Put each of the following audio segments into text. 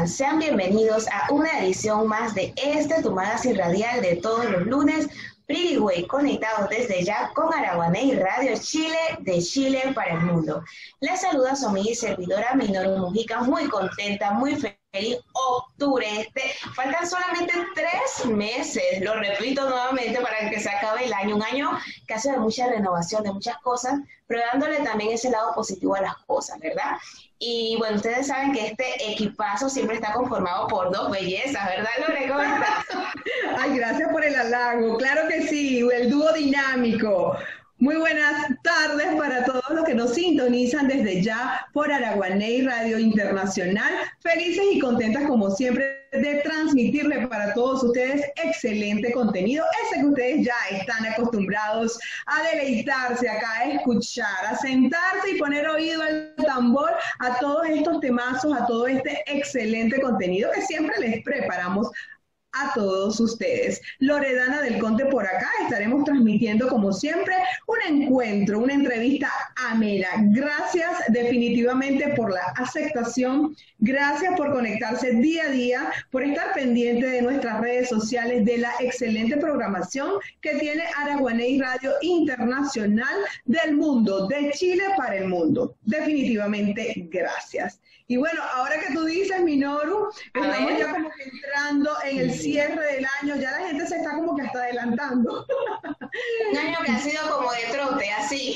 tal? Sean bienvenidos a una edición más de tu magazine radial de todos los lunes, Pretty Way, conectados desde ya con Araguaney Radio Chile, de Chile para el mundo. Les saluda su amiga y servidora Minoru Mujica, muy contenta, muy feliz. Octubre, faltan solamente 3 meses, lo repito nuevamente para que se acabe el año, un año casi de mucha renovación, de muchas cosas, pero dándole también ese lado positivo a las cosas, ¿verdad? Y bueno, ustedes saben que este equipazo siempre está conformado por 2 bellezas, ¿verdad, Lore? ¿Cómo estás? Ay, gracias por el halago, claro que sí, el dúo dinámico. Muy buenas tardes para todos los que nos sintonizan desde ya por Araguaney Radio Internacional. Felices y contentas como siempre de transmitirle para todos ustedes excelente contenido, ese que ustedes ya están acostumbrados a deleitarse acá, a escuchar, a sentarse y poner oído al tambor a todos estos temazos, a todo este excelente contenido que siempre les preparamos a todos ustedes. Loredana del Conte por acá, estaremos transmitiendo como siempre un encuentro, una entrevista amena. Gracias definitivamente por la aceptación, gracias por conectarse día a día, por estar pendiente de nuestras redes sociales, de la excelente programación que tiene Araguaney Radio Internacional del mundo, de Chile para el mundo. Definitivamente gracias. Y bueno, ahora que tú dices, Minoru, estamos ya como que entrando en el cierre del año, ya la gente se está como que hasta adelantando. Un año que ha sido como de trote, así.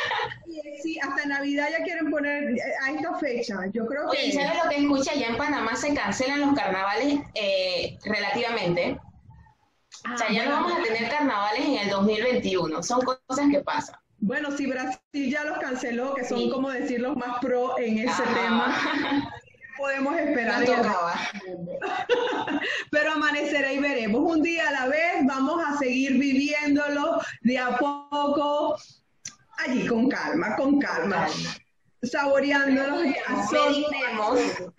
Sí, hasta Navidad ya quieren poner a esta fecha, yo creo que... Oye, ¿sabes lo que escucha? Ya en Panamá se cancelan los carnavales relativamente. O sea, ya no vamos a tener carnavales en el 2021, son cosas que pasan. Bueno, si Brasil ya los canceló, que son como decir los más pro en ese tema, podemos esperar. No tocaba. Pero amanecerá y veremos. Un día a la vez, vamos a seguir viviéndolo de a poco, allí con calma, saboreándolo. Mediremos.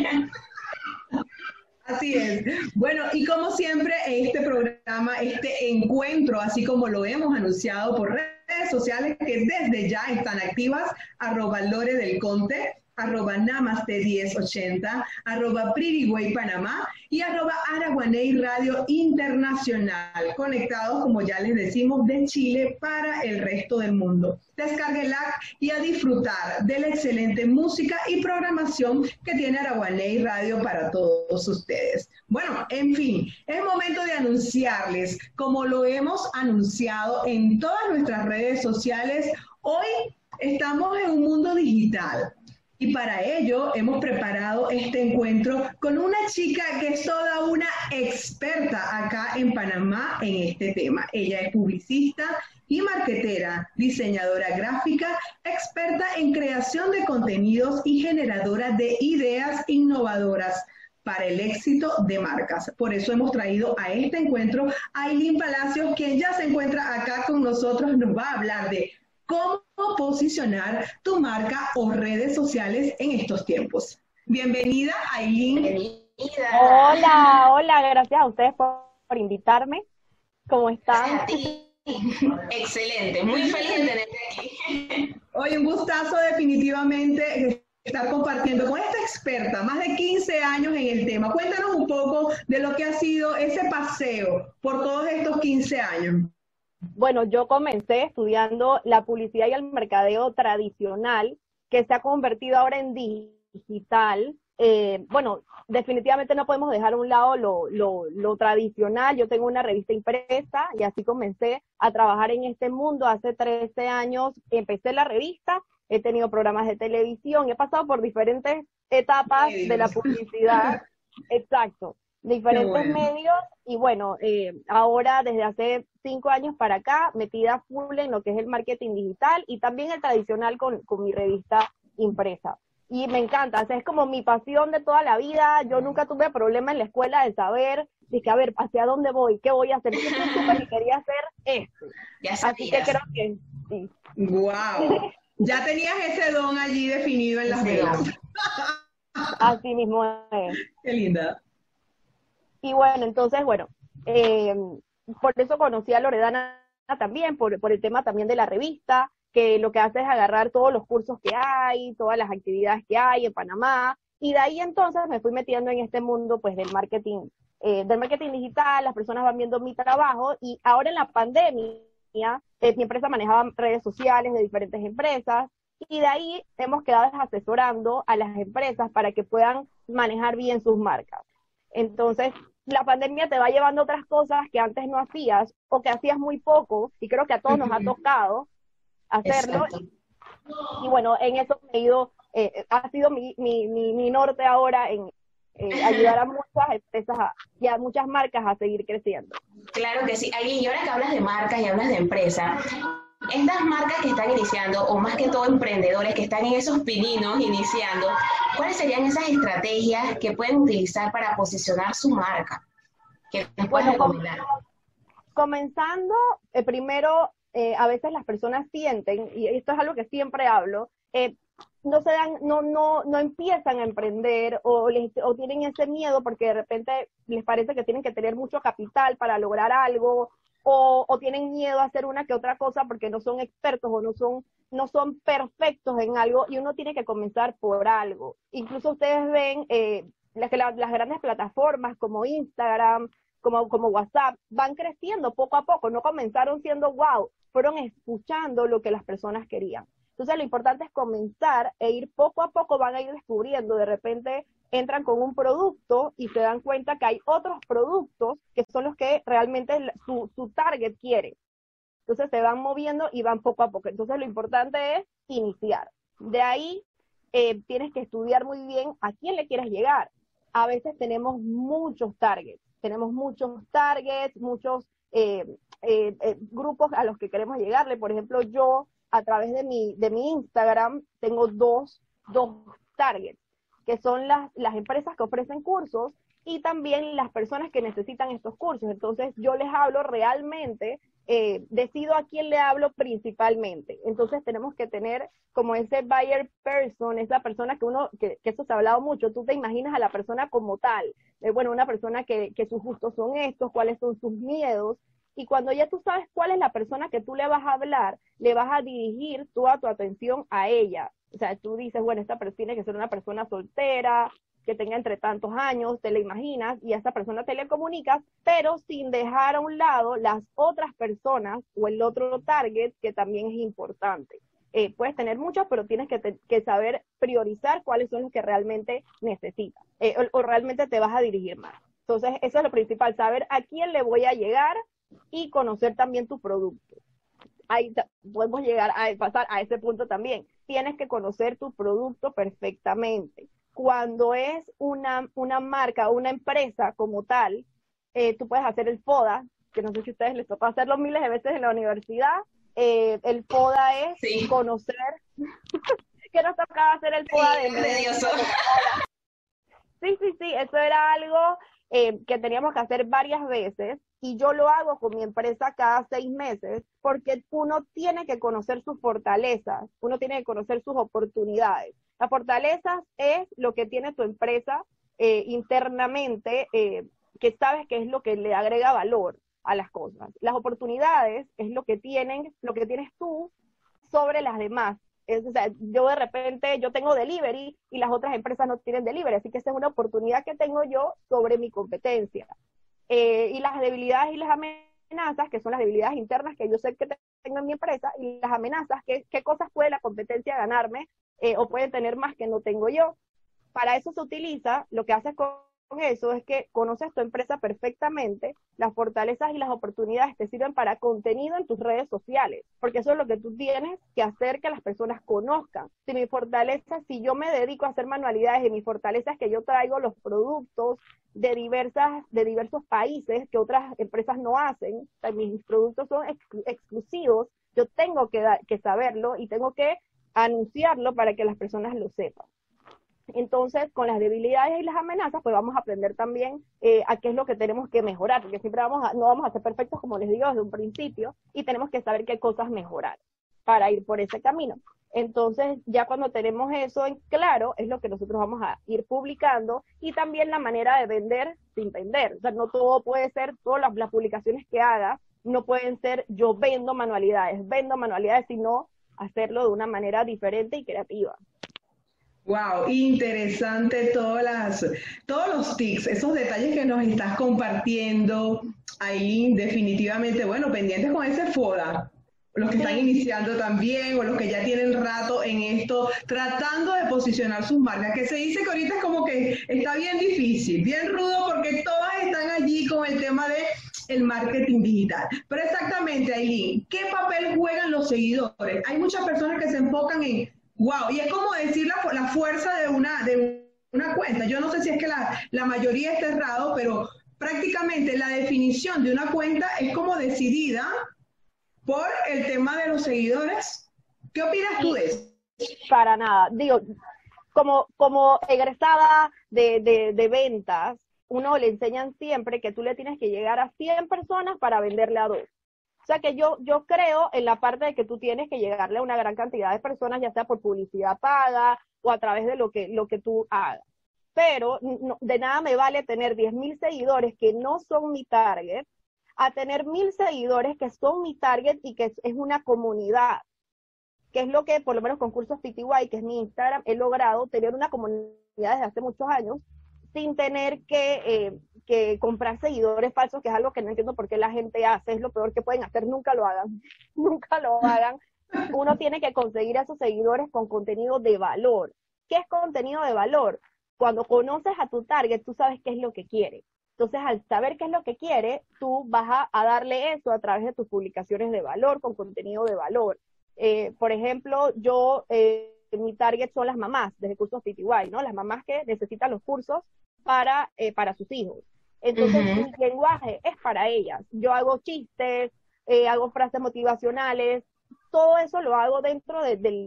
Así es. Bueno, y como siempre, este programa, este encuentro, así como lo hemos anunciado por redes sociales que desde ya están activas, @LoreDelConte, @Namaste1080, @PrettyWayPanamá y @Araguaney Radio Internacional, conectados, como ya les decimos, de Chile para el resto del mundo. Descárguela y a disfrutar de la excelente música y programación que tiene Araguaney Radio para todos ustedes. Bueno, en fin, es momento de anunciarles, como lo hemos anunciado en todas nuestras redes sociales, hoy estamos en un mundo digital. Y para ello hemos preparado este encuentro con una chica que es toda una experta acá en Panamá en este tema. Ella es publicista y marketera, diseñadora gráfica, experta en creación de contenidos y generadora de ideas innovadoras para el éxito de marcas. Por eso hemos traído a este encuentro a Ailín Palacios, quien ya se encuentra acá con nosotros, nos va a hablar de cómo posicionar tu marca o redes sociales en estos tiempos. Bienvenida, Ailín. Bienvenida. Hola, gracias a ustedes por invitarme. ¿Cómo están? A ti. Excelente, muy feliz de tenerte aquí. Hoy un gustazo definitivamente estar compartiendo con esta experta, más de 15 años en el tema. Cuéntanos un poco de lo que ha sido ese paseo por todos estos 15 años. Bueno, yo comencé estudiando la publicidad y el mercadeo tradicional, que se ha convertido ahora en digital. Bueno, definitivamente no podemos dejar a un lado lo tradicional. Yo tengo una revista impresa y así comencé a trabajar en este mundo. Hace 13 años empecé la revista, he tenido programas de televisión, he pasado por diferentes etapas de la publicidad. Exacto. Diferentes medios y bueno, ahora desde hace 5 años para acá metida full en lo que es el marketing digital y también el tradicional con mi revista impresa. Y me encanta, o sea, es como mi pasión de toda la vida. Yo nunca tuve problema en la escuela de saber, dije, a ver, ¿hacia dónde voy? ¿Qué voy a hacer? Yo siempre quería hacer esto. Así que creo que sí. ¡Wow! Ya tenías ese don allí definido en las venas. Así mismo es. Qué linda. Y bueno, entonces, bueno, por eso conocí a Loredana también, por el tema también de la revista, que lo que hace es agarrar todos los cursos que hay, todas las actividades que hay en Panamá, Y de ahí entonces me fui metiendo en este mundo pues del marketing digital, las personas van viendo mi trabajo y ahora en la pandemia mi empresa manejaba redes sociales de diferentes empresas y de ahí hemos quedado asesorando a las empresas para que puedan manejar bien sus marcas. Entonces, la pandemia te va llevando a otras cosas que antes no hacías o que hacías muy poco y creo que a todos nos ha tocado hacerlo. Y bueno, en eso me he ido, ha sido mi norte ahora en ayudar a muchas empresas y a muchas marcas a seguir creciendo. Claro que sí. Aileen, y ahora que hablas de marcas y hablas de empresas, estas marcas que están iniciando, o más que todo emprendedores que están en esos pininos iniciando, ¿cuáles serían esas estrategias que pueden utilizar para posicionar su marca? ¿Qué les puedes recomendar? Comenzando, primero, a veces las personas sienten, y esto es algo que siempre hablo, no empiezan a emprender o tienen ese miedo porque de repente les parece que tienen que tener mucho capital para lograr algo o tienen miedo a hacer una que otra cosa porque no son expertos o no son perfectos en algo y uno tiene que comenzar por algo. Incluso ustedes ven las grandes plataformas como Instagram, como WhatsApp, van creciendo poco a poco, no comenzaron siendo wow, fueron escuchando lo que las personas querían. Entonces lo importante es comenzar e ir poco a poco, van a ir descubriendo, de repente entran con un producto y se dan cuenta que hay otros productos que son los que realmente su target quiere. Entonces se van moviendo y van poco a poco. Entonces lo importante es iniciar. De ahí tienes que estudiar muy bien a quién le quieres llegar. A veces tenemos muchos targets, muchos grupos a los que queremos llegarle. Por ejemplo, yo a través de mi Instagram tengo dos targets, que son las empresas que ofrecen cursos y también las personas que necesitan estos cursos. Entonces yo les hablo realmente, decido a quién le hablo principalmente. Entonces tenemos que tener como ese buyer person, esa persona que eso se ha hablado mucho, tú te imaginas a la persona como tal, bueno, una persona que sus gustos son estos, cuáles son sus miedos, y cuando ya tú sabes cuál es la persona que tú le vas a hablar, le vas a dirigir toda tu atención a ella. O sea, tú dices, bueno, esta persona tiene que ser una persona soltera, que tenga entre tantos años, te la imaginas, y a esa persona te le comunicas, pero sin dejar a un lado las otras personas o el otro target que también es importante. Puedes tener muchos, pero tienes que saber priorizar cuáles son los que realmente necesitas, o realmente te vas a dirigir más. Entonces, eso es lo principal, saber a quién le voy a llegar, y conocer también tu producto. Ahí podemos llegar a pasar a ese punto también. Tienes que conocer tu producto perfectamente. Cuando es una marca, una empresa como tal, tú puedes hacer el FODA, que no sé si a ustedes les tocó hacerlo miles de veces en la universidad. El FODA es conocer, que nos tocaba hacer el FODA de Dios. Sí, eso era algo que teníamos que hacer varias veces y yo lo hago con mi empresa cada 6 meses porque uno tiene que conocer sus fortalezas, uno tiene que conocer sus oportunidades. Las fortalezas es lo que tiene tu empresa internamente, que sabes que es lo que le agrega valor a las cosas. Las oportunidades es lo que tienes tú sobre las demás. O sea, yo de repente, yo tengo delivery y las otras empresas no tienen delivery, así que esa es una oportunidad que tengo yo sobre mi competencia. Y las debilidades y las amenazas, que son las debilidades internas que yo sé que tengo en mi empresa, y las amenazas, qué cosas puede la competencia ganarme o puede tener más que no tengo yo. Para eso se utiliza, lo que haces con eso es que conoces tu empresa perfectamente, las fortalezas y las oportunidades te sirven para contenido en tus redes sociales, porque eso es lo que tú tienes que hacer que las personas conozcan. Si yo me dedico a hacer manualidades y mi fortaleza es que yo traigo los productos de diversos países que otras empresas no hacen, o sea, mis productos son exclusivos, yo tengo que saberlo y tengo que anunciarlo para que las personas lo sepan. Entonces, con las debilidades y las amenazas, pues vamos a aprender también a qué es lo que tenemos que mejorar, porque siempre no vamos a ser perfectos, como les digo, desde un principio, y tenemos que saber qué cosas mejorar para ir por ese camino. Entonces, ya cuando tenemos eso en claro, es lo que nosotros vamos a ir publicando, y también la manera de vender sin vender. O sea, no todo puede ser, todas las publicaciones que haga, no pueden ser yo vendo manualidades, sino hacerlo de una manera diferente y creativa. Wow, interesante todos los tips, esos detalles que nos estás compartiendo, Aileen, definitivamente, bueno, pendientes con ese FODA, los que están Sí, iniciando también o los que ya tienen rato en esto, tratando de posicionar sus marcas, que se dice que ahorita es como que está bien difícil, bien rudo, porque todas están allí con el tema de el marketing digital. Pero exactamente, Aileen, ¿qué papel juegan los seguidores? Hay muchas personas que se enfocan en, wow, y es como decir la fuerza de una cuenta. Yo no sé si es que la mayoría está errado, pero prácticamente la definición de una cuenta es como decidida por el tema de los seguidores. ¿Qué opinas tú sí, de eso? para nada. Digo, como egresada de ventas, uno le enseñan siempre que tú le tienes que llegar a 100 personas para venderle a 2. O sea que yo creo en la parte de que tú tienes que llegarle a una gran cantidad de personas, ya sea por publicidad paga o a través de lo que tú hagas. Pero de nada me vale tener 10.000 seguidores que no son mi target, a tener 1.000 seguidores que son mi target y que es una comunidad, que es lo que, por lo menos con Cursos PTY, que es mi Instagram, he logrado tener una comunidad desde hace muchos años, sin tener que comprar seguidores falsos, que es algo que no entiendo por qué la gente hace, es lo peor que pueden hacer, nunca lo hagan, nunca lo hagan. Uno tiene que conseguir a esos seguidores con contenido de valor. ¿Qué es contenido de valor? Cuando conoces a tu target, tú sabes qué es lo que quiere. Entonces, al saber qué es lo que quiere, tú vas a darle eso a través de tus publicaciones de valor, con contenido de valor. Por ejemplo, mi target son las mamás desde Cursos PTY, ¿no? Las mamás que necesitan los cursos para sus hijos. Entonces, Ujú. mi lenguaje es para ellas. Yo hago chistes, hago frases motivacionales, todo eso lo hago dentro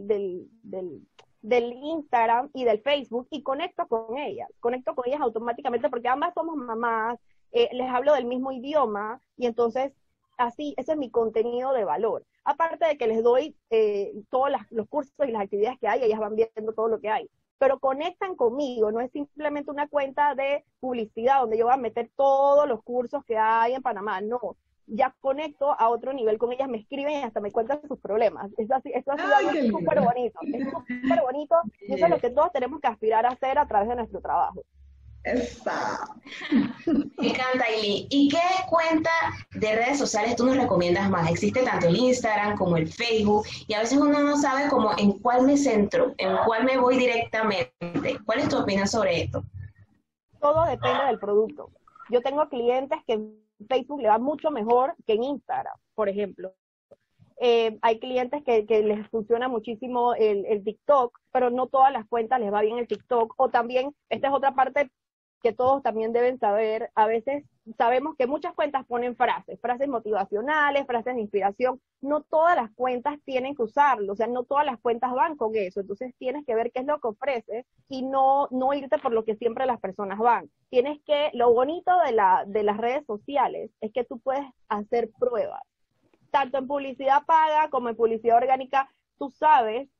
del Instagram y del Facebook y conecto con ellas automáticamente porque ambas somos mamás, les hablo del mismo idioma y entonces así, ese es mi contenido de valor. Aparte de que les doy todos los cursos y las actividades que hay, ellas van viendo todo lo que hay. Pero conectan conmigo, no es simplemente una cuenta de publicidad donde yo voy a meter todos los cursos que hay en Panamá, no. Ya conecto a otro nivel con ellas, me escriben y hasta me cuentan sus problemas. Eso ha sido Ay, algo qué súper lindo. bonito, es súper bonito y eso es lo Bien. que todos tenemos que aspirar a hacer a través de nuestro trabajo. Esa. Me encanta, Ili. ¿Y qué cuenta de redes sociales tú nos recomiendas más? Existe tanto el Instagram como el Facebook y a veces uno no sabe como en cuál me centro, en cuál me voy directamente. ¿Cuál es tu opinión sobre esto? Todo depende del producto. Yo tengo clientes que en Facebook le va mucho mejor que en Instagram, por ejemplo. Hay clientes que les funciona muchísimo el TikTok, pero no todas las cuentas les va bien el TikTok. O también, esta es otra parte que todos también deben saber, a veces sabemos que muchas cuentas ponen frases motivacionales, frases de inspiración, no todas las cuentas tienen que usarlo, o sea, no todas las cuentas van con eso, entonces tienes que ver qué es lo que ofreces y no irte por lo que siempre las personas van. Lo bonito de las redes sociales es que tú puedes hacer pruebas tanto en publicidad paga como en publicidad orgánica, tú sabes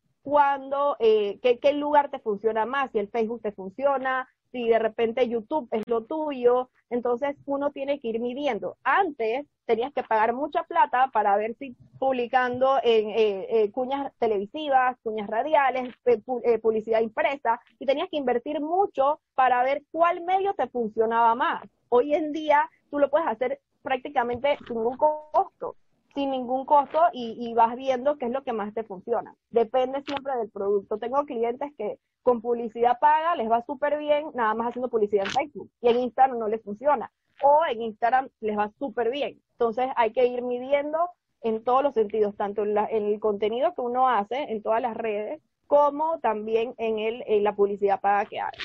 qué lugar te funciona más, si el Facebook te funciona, si de repente YouTube es lo tuyo, entonces uno tiene que ir midiendo. Antes tenías que pagar mucha plata para ver si publicando en cuñas televisivas, cuñas radiales, publicidad impresa, y tenías que invertir mucho para ver cuál medio te funcionaba más. Hoy en día tú lo puedes hacer prácticamente sin ningún costo y vas viendo qué es lo que más te funciona. Depende siempre del producto. Tengo clientes que con publicidad paga les va súper bien, nada más haciendo publicidad en Facebook, y en Instagram no les funciona. O en Instagram les va súper bien. Entonces hay que ir midiendo en todos los sentidos, tanto en el contenido que uno hace en todas las redes, como también en la publicidad paga que hace.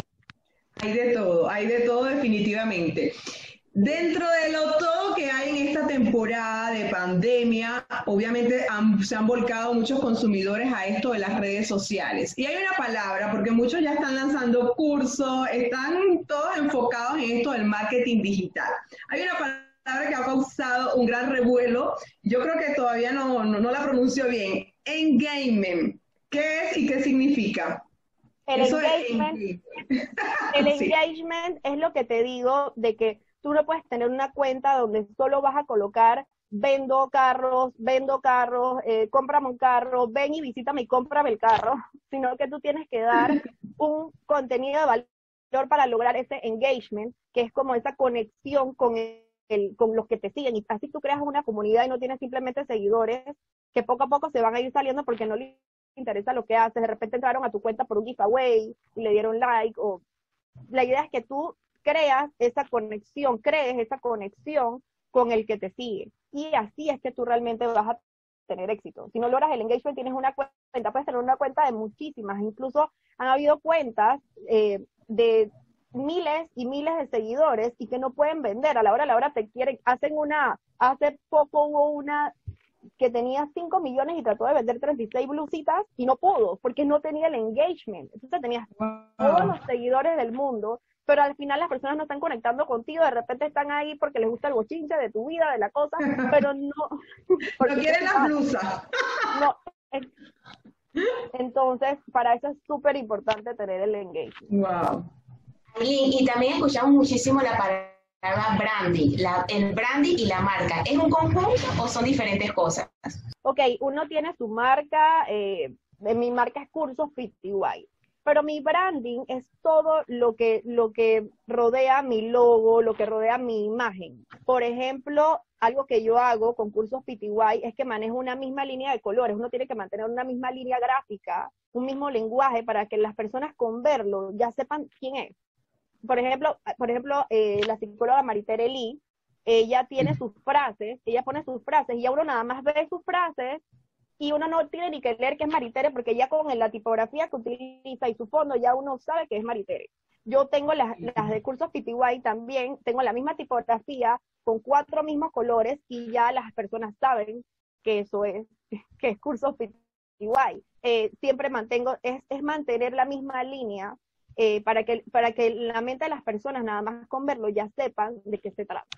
Hay de todo definitivamente. Dentro de lo todo que hay en esta temporada de pandemia, obviamente se han volcado muchos consumidores a esto de las redes sociales. Y hay una palabra, porque muchos ya están lanzando cursos, están todos enfocados en esto del marketing digital. Hay una palabra que ha causado un gran revuelo, yo creo que todavía no la pronuncio bien, engagement. ¿Qué es y qué significa? El Eso es engagement El sí. engagement es lo que te digo de que tú no puedes tener una cuenta donde solo vas a colocar vendo carros, cómprame un carro, ven y visítame y cómprame el carro, sino que tú tienes que dar un contenido de valor para lograr ese engagement, que es como esa conexión con los que te siguen, y así tú creas una comunidad y no tienes simplemente seguidores que poco a poco se van a ir saliendo porque no les interesa lo que haces, de repente entraron a tu cuenta por un giveaway y le dieron like, o la idea es que tú crees esa conexión con el que te sigue, y así es que tú realmente vas a tener éxito. Si no logras el engagement, tienes una cuenta, puedes tener una cuenta de muchísimas, incluso han habido cuentas de miles y miles de seguidores y que no pueden vender, a la hora te quieren, hace poco hubo una que tenía 5 millones y trató de vender 36 blusitas y no pudo, porque no tenía el engagement. Entonces tenías todos los seguidores del mundo, pero al final las personas no están conectando contigo, de repente están ahí porque les gusta el bochinche de tu vida, de la cosa, pero no... No quieren las blusas. No. Entonces, para eso es súper importante tener el engagement. Wow. Y también escuchamos muchísimo la palabra branding, el branding y la marca. ¿Es un conjunto o son diferentes cosas? Ok, uno tiene su marca, mi marca es Cursos PTY, pero mi branding es todo lo que rodea mi logo, lo que rodea mi imagen. Por ejemplo, algo que yo hago con Cursos PTY es que manejo una misma línea de colores, uno tiene que mantener una misma línea gráfica, un mismo lenguaje para que las personas con verlo ya sepan quién es. Por ejemplo, la psicóloga Maritere Lee, ella tiene sus frases, ella pone sus frases y ya uno nada más ve sus frases y uno no tiene ni que leer que es Maritere porque ya con la tipografía que utiliza y su fondo ya uno sabe que es Maritere. Yo tengo las de Cursos PTY también, tengo la misma tipografía con 4 mismos colores y ya las personas saben que eso es, que es Cursos PTY. Siempre mantengo, es mantener la misma línea para que la mente de las personas nada más con verlo ya sepan de qué se trata.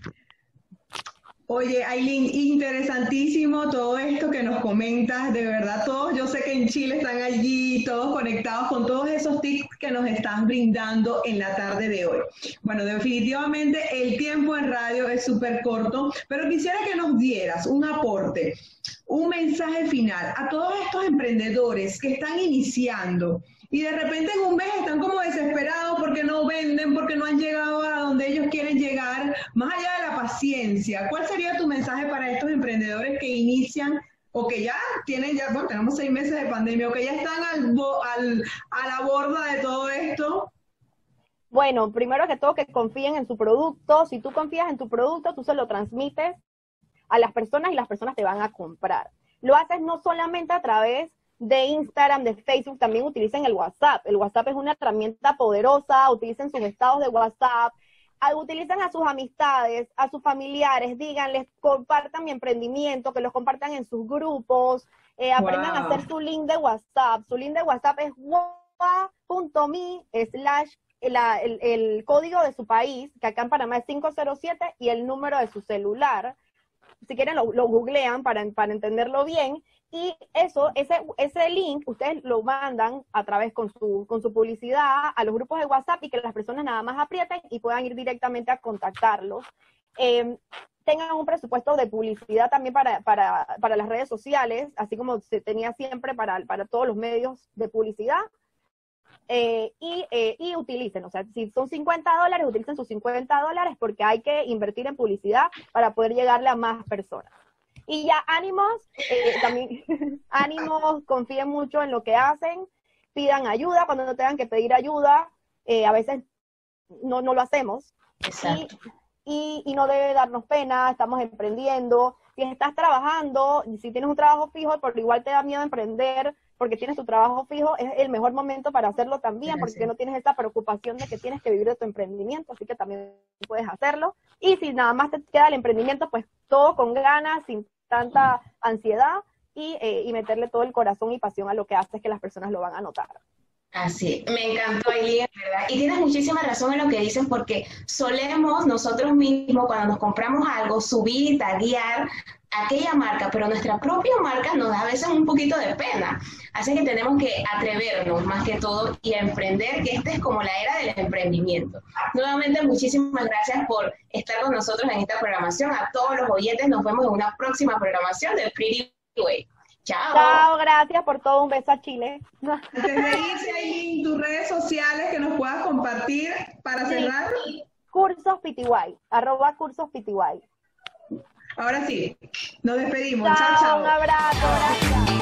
Oye, Ailín, interesantísimo todo esto que nos comentas, de verdad todos, yo sé que en Chile están allí todos conectados con todos esos tips que nos están brindando en la tarde de hoy. Bueno, definitivamente el tiempo en radio es súper corto, pero quisiera que nos dieras un aporte, un mensaje final a todos estos emprendedores que están iniciando y de repente en un mes están como desesperados porque no venden, porque no han llegado a donde ellos quieren llegar, más allá de la paciencia. ¿Cuál sería tu mensaje para estos emprendedores que inician o que ya tienen, bueno, tenemos 6 meses de pandemia, o que ya están a la borda de todo esto? Bueno, primero que todo que confíen en su producto. Si tú confías en tu producto, tú se lo transmites a las personas y las personas te van a comprar. Lo haces no solamente a través de Instagram, de Facebook, también utilicen el WhatsApp. El WhatsApp es una herramienta poderosa, utilicen sus estados de WhatsApp, utilicen a sus amistades, a sus familiares, díganles, compartan mi emprendimiento, que los compartan en sus grupos, aprendan a hacer su link de WhatsApp. Su link de WhatsApp es wa.me/ el código de su país, que acá en Panamá es 507, y el número de su celular. Si quieren lo googlean para entenderlo bien, y ese link ustedes lo mandan a través con su publicidad a los grupos de WhatsApp y que las personas nada más aprieten y puedan ir directamente a contactarlos. Tengan un presupuesto de publicidad también para las redes sociales, así como se tenía siempre para todos los medios de publicidad. Y utilicen, o sea, si son $50, utilicen sus $50 porque hay que invertir en publicidad para poder llegarle a más personas. Y ya, ánimos, también, ánimos, confíen mucho en lo que hacen, pidan ayuda cuando no tengan que pedir ayuda, a veces no lo hacemos. Exacto. Y no debe darnos pena, estamos emprendiendo. Si estás trabajando, si tienes un trabajo fijo, pero igual te da miedo emprender porque tienes tu trabajo fijo, es el mejor momento para hacerlo también, porque no tienes esa preocupación de que tienes que vivir de tu emprendimiento, así que también puedes hacerlo. Y si nada más te queda el emprendimiento, pues todo con ganas, sin tanta ansiedad, y meterle todo el corazón y pasión a lo que haces, que las personas lo van a notar. Así, me encantó, Ailín, ¿verdad? Y tienes muchísima razón en lo que dices, porque solemos nosotros mismos, cuando nos compramos algo, subir y taguear aquella marca, pero nuestra propia marca nos da a veces un poquito de pena. Así que tenemos que atrevernos más que todo y a emprender, que esta es como la era del emprendimiento. Nuevamente, muchísimas gracias por estar con nosotros en esta programación. A todos los oyentes, nos vemos en una próxima programación de Pretty Way. Chao. Chao, gracias por todo, un beso a Chile. Antes de irse, Aileen, tus redes sociales que nos puedas compartir para cerrar. Cursos PTY, @cursos PTY. Ahora sí, nos despedimos. Chao, Chao, chao. un abrazo, gracias.